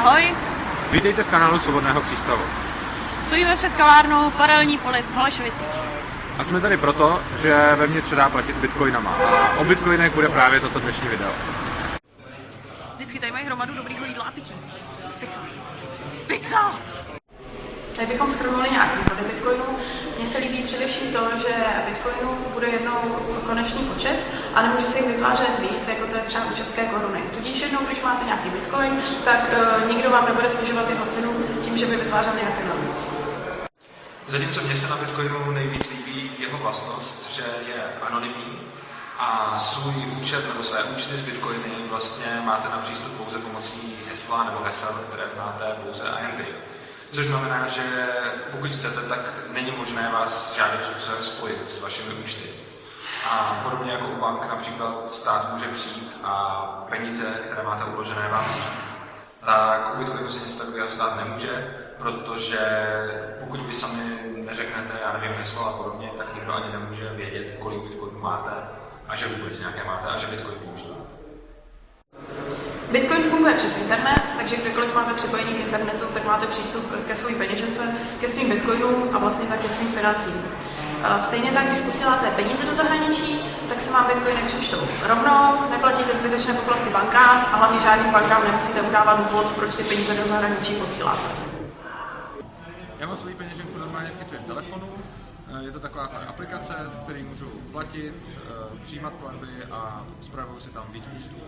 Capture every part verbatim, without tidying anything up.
Ahoj. Vítejte v kanálu Svobodného přístavu. Stojíme před kavárnou Paralelní polis v Holešovicích. A jsme tady proto, že vevnitř se dá platit bitcoinama. A o bitcoinech bude právě toto dnešní video. Vždycky tady mají hromadu dobrýho jídla a pití. Pizza. Pizza! Tady bychom shrnuli nějaký výhody bitcoinu. Mně se líbí především to, že bitcoinu bude jednou konečný počet a nemůže se jich vytvářet víc, jako to je třeba u české koruny. Tudíž jednou, když máte nějaký bitcoin, tak uh, nikdo vám nebude snižovat jeho cenu tím, že by vytvářel nějaký navíc. Zatímco mně se na bitcoinu nejvíc líbí jeho vlastnost, že je anonymní a svůj účet nebo své účty z bitcoiny vlastně máte na přístup pouze pomocí hesla nebo hesel, které znáte pouze a jen vy. Což znamená, že pokud chcete, tak není možné vás žádným způsobem spojit s vašimi účty. A podobně jako u bank například stát může přijít a peníze, které máte uložené, vám vzít, tak u bitcoinu se nic takového stát nemůže, protože pokud vy sami neřeknete, já nevím, heslo a podobně, tak nikdo ani nemůže vědět, kolik bitcoinů máte a že vůbec nějaké máte a že bitcoin používáte. Bitcoin funguje přes internet, takže kdykoliv máte připojení k internetu, tak máte přístup ke své peněžence, ke svým bitcoinům a vlastně tak ke svým financím. Stejně tak, když posíláte peníze do zahraničí, tak se vám bitcoiny přečtou rovnou, neplatíte zbytečné poplatky bankám a hlavně žádným bankám nemusíte udávat důvod, proč ty peníze do zahraničí posíláte. Já mám svou peněženku normálně v kytě telefonu. Je to taková aplikace, s který můžu platit, přijímat platby a spravuju si tam víc účtů.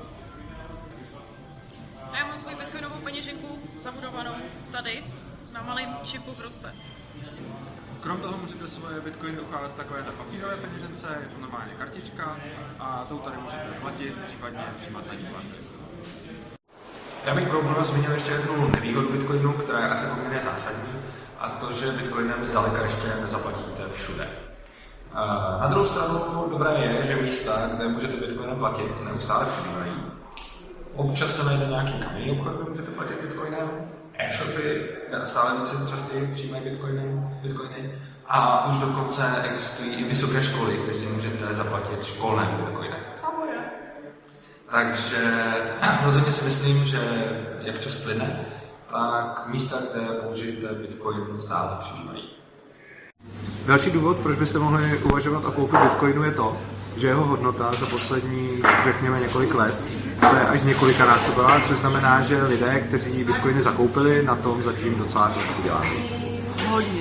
Já mám svou bitcoinovou peněženku zabudovanou tady na malém čipu v ruce. Krom toho můžete svoje bitcoiny ukládat v takovéhle papírové peněžence, je to normálně kartička a tou tady můžete platit, případně přijímat na ní platby. Já bych pro úplnost zmínil ještě jednu nevýhodu bitcoinu, která je asi poměrně zásadní, a to, že bitcoinem zdaleka ještě nezaplatíte všude. Na druhou stranu dobré je, že místa, kde můžete bitcoinem platit, neustále přibývají. Občas se najde nějaký kamenný obchod, kde můžete platit bitcoinem, e-shopy stále více častěji přijímají bitcoiny, bitcoiny a už dokonce existují i vysoké školy, kde si můžete zaplatit školné bitcoiny. Takže rozhodně si myslím, že jak čas plyne, tak místa, kde použijete bitcoin, stále přibývají. Další důvod, proč byste mohli uvažovat o koupi bitcoinu, je to, že jeho hodnota za poslední, řekněme, několik let se až z několika násobila, což znamená, že lidé, kteří bitcoiny zakoupili, na tom zatím docela trošku vydělávají. Hodně.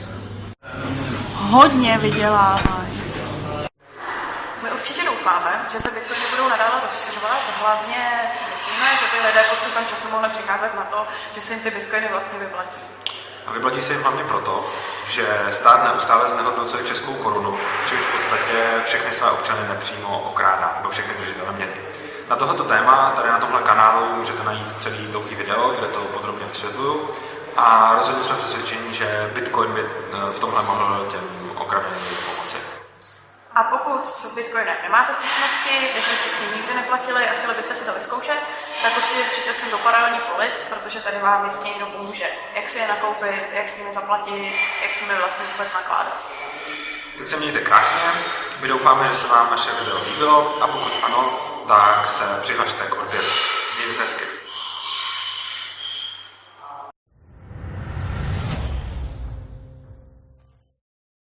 Hodně vydělávají. My určitě doufáme, že se bitcoiny budou nadále rozšiřovat, hlavně si myslíme, že by lidé postupem času mohli přicházet na to, že se jim ty bitcoiny vlastně vyplatí. A vyplatí se jim hlavně proto, že stát neustále znehodnocuje českou korunu, čímž v podstatě všechny své občany nepřímo okrádá, nebo všechny držitele měny. Na tohoto téma tady na tomhle kanálu můžete najít celý dlouhý video, kde to podrobně vysvětluju. A rozhodně jsme přesvědčeni, že bitcoin by v tomhle mohl těm okradeným pomoci. A pokud s bitcoinem nemáte zkušenosti, jestli jste s ním nikdy neplatili a chtěli byste si to vyzkoušet, tak určitě přijďte sem do Paralelní polis, protože tady vám jistě někdo pomůže, jak si je nakoupit, jak s nimi zaplatit, jak s nimi vlastně vůbec nakládat. Tak se mějte krásně, my doufáme, že se vám naše video líbilo a pokud ano, tak se přihlašte k odběru. Mějte se hezky.